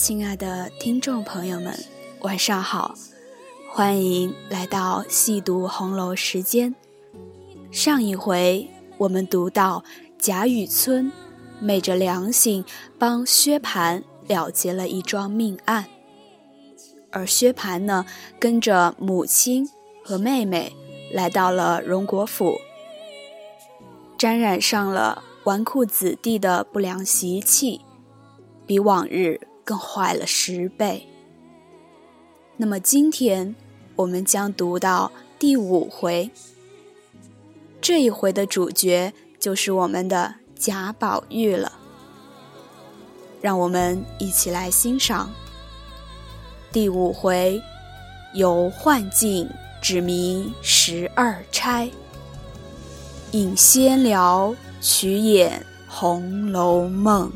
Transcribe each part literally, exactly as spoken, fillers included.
亲爱的听众朋友们，晚上好，欢迎来到细读红楼时间。上一回我们读到贾雨村昧着良心帮薛蟠了结了一桩命案，而薛蟠呢，跟着母亲和妹妹来到了荣国府，沾染上了纨绔子弟的不良习气，比往日更坏了十倍。那么今天我们将读到第五回，这一回的主角就是我们的贾宝玉了。让我们一起来欣赏第五回，由幻境指迷十二钗，引仙寮曲演红楼梦。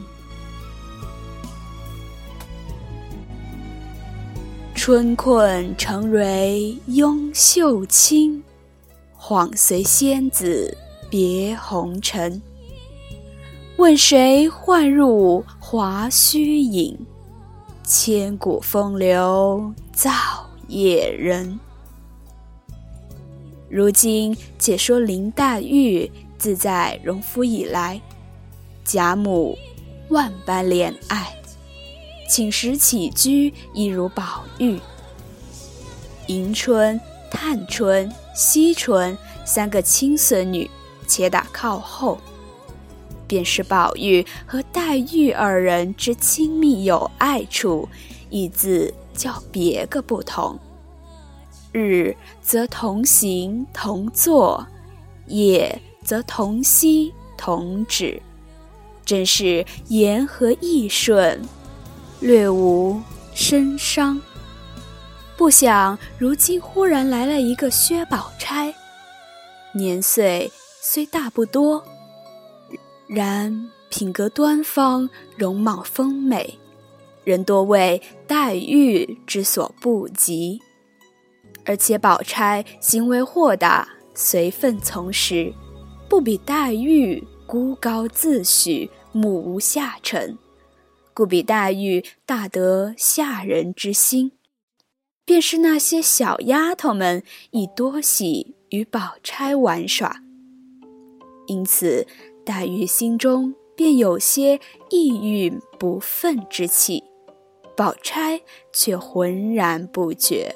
春困成蕊拥袖轻，晃随仙子别红尘。问谁唤入华胥引，千古风流造业人。如今且说林黛玉自在荣府以来，贾母万般怜爱，寝食起居一如宝玉。迎春、探春、惜春三个亲孙女且打靠后，便是宝玉和黛玉二人之亲密有爱处，亦自较别个不同。日则同行同坐，夜则同息同止，真是言和意顺，略无生伤。不想如今忽然来了一个薛宝钗，年岁虽大不多，然品格端方，容貌丰美，人多为黛玉之所不及。而且宝钗行为豁达，随分从时，不比黛玉孤高自许，目无下尘，故比黛玉大得下人之心。便是那些小丫头们亦多喜与宝钗玩耍，因此黛玉心中便有些意郁不忿之气，宝钗却浑然不觉。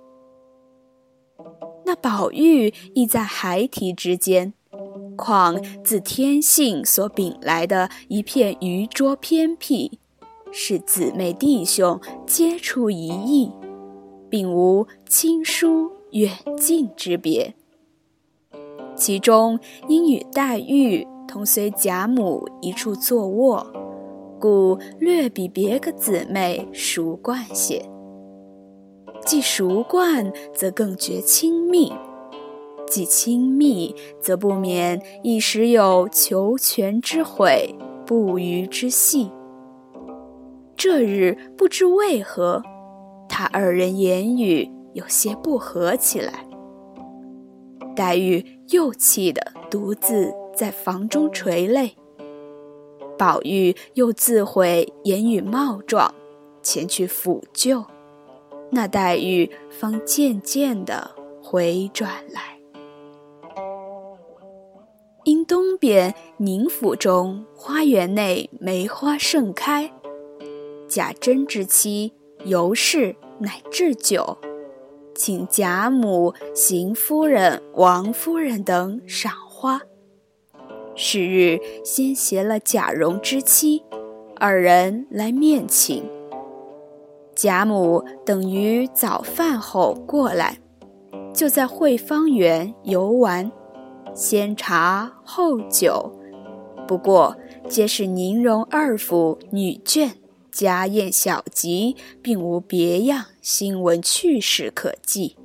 那宝玉亦在孩提之间，况自天性所秉来的一片愚拙偏僻，使姊妹弟兄皆出一意，并无亲疏远近之别。其中因与黛玉同随贾母一处坐卧，故略比别个姊妹熟惯些。既熟惯，则更觉亲密；既亲密，则不免一时有求全之悔，不渝之隙。这日不知为何，他二人言语有些不合起来。黛玉又气得独自在房中垂泪，宝玉又自悔言语冒撞，前去抚救，那黛玉方渐渐地回转来。因东边宁府中花园内梅花盛开，贾珍之妻尤氏乃置酒，请贾母、邢夫人、王夫人等赏花。是日先携了贾蓉之妻二人来面请。贾母等于早饭后过来，就在惠芳园游玩，先茶后酒，不过皆是宁荣二府女眷家宴小集，并无别样新闻趣事可记。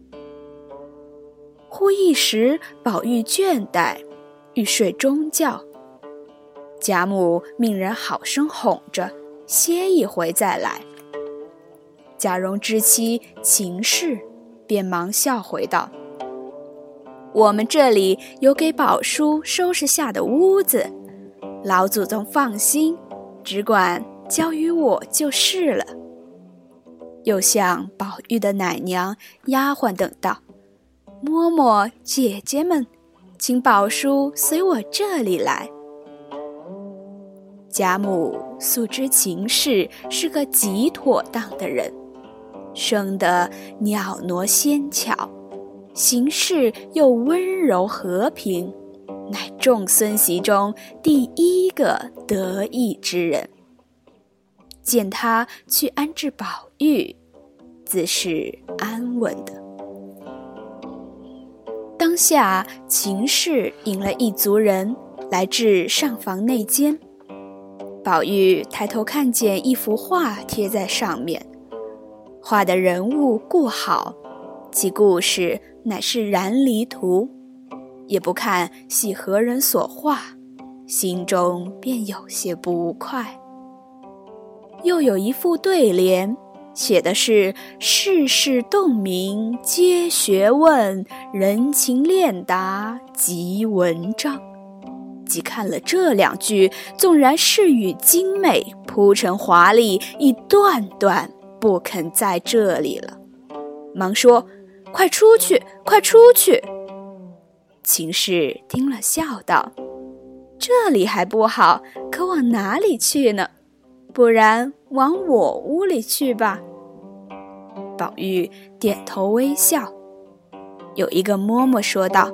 忽一时宝玉倦怠，欲睡中觉，贾母命人好生哄着，歇一回再来。贾蓉之妻秦氏便忙笑回道：我们这里有给宝叔收拾下的屋子，老祖宗放心，只管交与我就是了。又向宝玉的奶娘、丫鬟等道：嬷嬷、姐姐们，请宝叔随我这里来。贾母素知秦氏是个极妥当的人，生得袅娜纤巧，行事又温柔和平，乃众孙媳中第一个得意之人。见他去安置宝玉，自是安稳的。当下秦氏引了一族人来至上房内间，宝玉抬头看见一幅画贴在上面，画的人物故好，其故事乃是燃离图，也不看系何人所画，心中便有些不快。又有一副对联，写的是世事洞明皆学问，人情练达即文章。即看了这两句，纵然饰语精美，铺陈华丽，已断断不肯在这里了，忙说：快出去，快出去。秦氏听了笑道：这里还不好，可往哪里去呢？不然往我屋里去吧。宝玉点头微笑。有一个嬷嬷说道：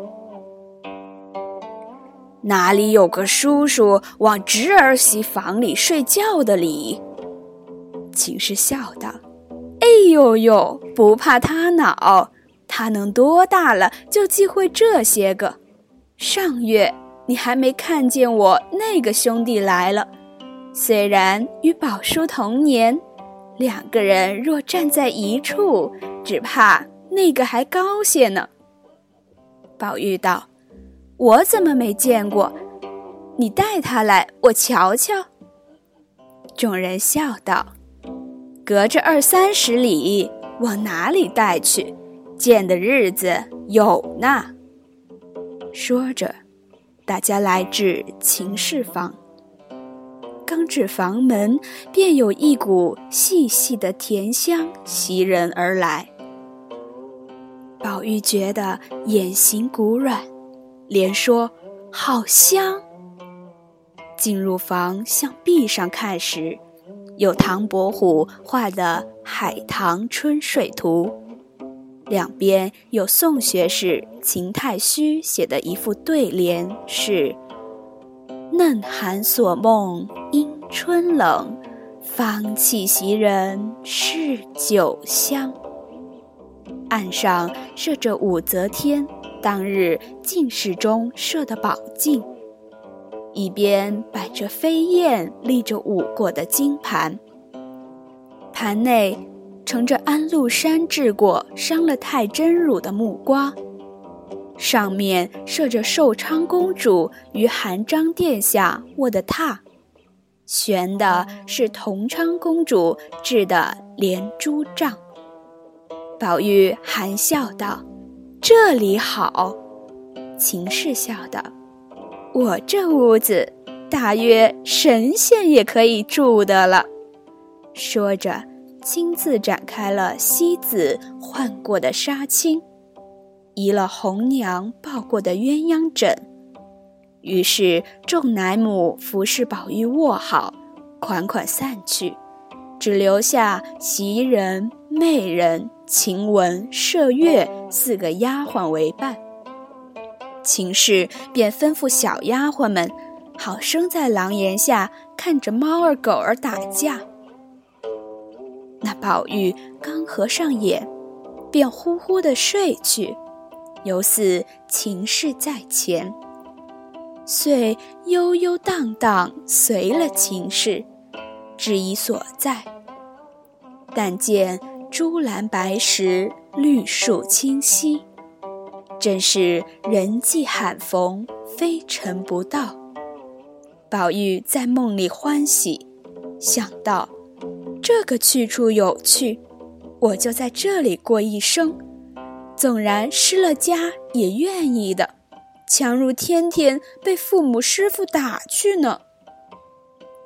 哪里有个叔叔往侄儿媳房里睡觉的理？秦氏笑道：哎呦呦，不怕他恼，他能多大了就忌讳这些个。上月你还没看见我那个兄弟来了，虽然与宝叔同年，两个人若站在一处，只怕那个还高些呢。宝玉道：我怎么没见过？你带他来，我瞧瞧。众人笑道：隔着二三十里，往哪里带去？见的日子有呢。说着，大家来至秦氏房。刚至房门，便有一股细细的甜香袭人而来。宝玉觉得眼形骨软，连说好香。进入房向壁上看时，有唐伯虎画的海棠春水图，两边有宋学士秦太虚写的一副对联，是嫩寒锁梦因春冷，芳气袭人是酒香。案上设着武则天当日进士中设的宝镜，一边摆着飞燕立着舞过的金盘，盘内盛着安禄山治过伤了太真乳的木瓜，上面设着寿昌公主与韩章殿下卧的榻，悬的是同昌公主制的连珠帐。宝玉含笑道：这里好。秦氏笑道：我这屋子大约神仙也可以住的了。说着亲自展开了西子换过的纱巾，移了红娘抱过的鸳鸯枕。于是众奶母服侍宝玉卧好，款款散去，只留下袭人、媚人、晴雯、麝月四个丫鬟为伴。秦氏便吩咐小丫鬟们好生在廊檐下看着猫儿狗儿打架。那宝玉刚合上眼，便呼呼地睡去，犹似秦氏在前，遂悠悠荡荡随了秦氏，至已所在。但见朱栏白石，绿树清溪，真是人迹罕逢，非尘不到。宝玉在梦里欢喜，想到这个去处有趣，我就在这里过一生，纵然失了家也愿意的，强如天天被父母师傅打去呢。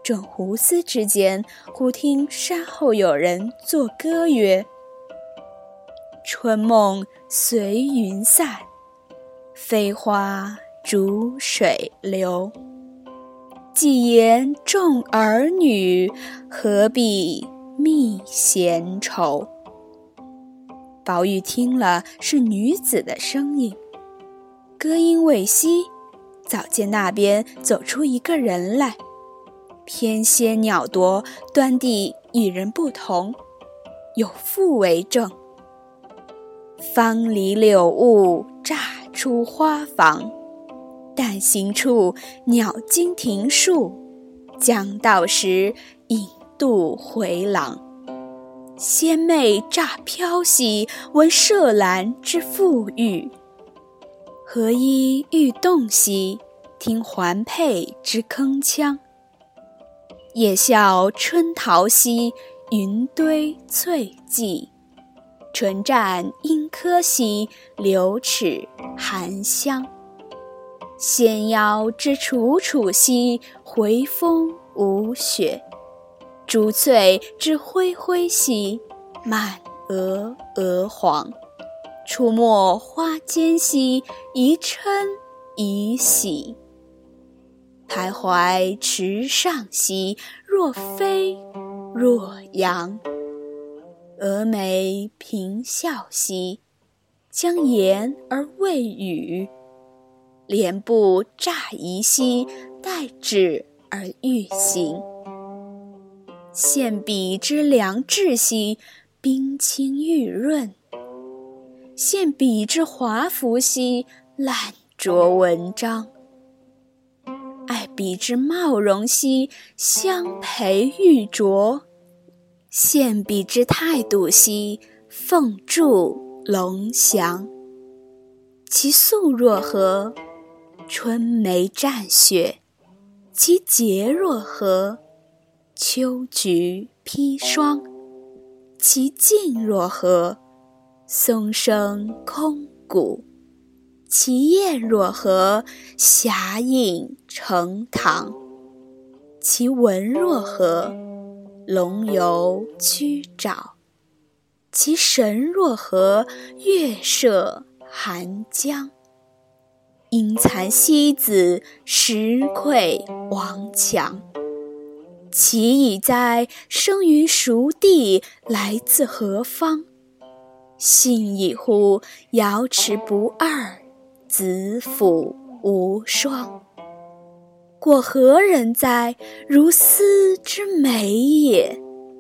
正胡思之间，忽听山后有人作歌曰：春梦随云散，飞花逐水流。既言众儿女，何必觅闲愁。宝玉听了是女子的声音，歌音未息，早见那边走出一个人来，翩跹袅夺，端地与人不同，有妇为证。芳篱柳雾，乍出花房，但行处，鸟惊庭树，将到时，引渡回廊。仙袂乍飘兮，闻麝兰之馥郁。荷衣欲动兮，听环佩之铿锵。夜笑春桃兮，云堆翠髻。唇绽樱柯兮，柳齿含香。纤腰之楚楚兮，回风无雪。珠翠之辉辉兮，满额鹅黄。出没花间兮，一嗔一喜。徘徊池上兮，若飞若扬。蛾眉颦笑兮，将言而未语。莲步乍移兮，待止而欲行。现笔之良质兮，冰清玉润。现笔之华服兮，烂拙文章。爱笔之貌容兮，相陪玉琢。现笔之态度兮，凤柱龙翔。其素若何？春梅蘸雪。其洁若何？秋菊披霜。其静若何？松声空谷。其艳若何？霞映成堂。其文若何？龙游曲沼。其神若何？月射寒江。阴残西子，石溃王强。其已哉，生于熟地，来自何方？信矣乎，瑶池不二，子府无双。果何人哉？如斯之美也。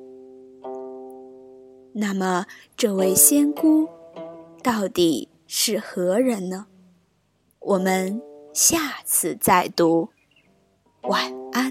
那么这位仙姑到底是何人呢？我们下次再读。晚安。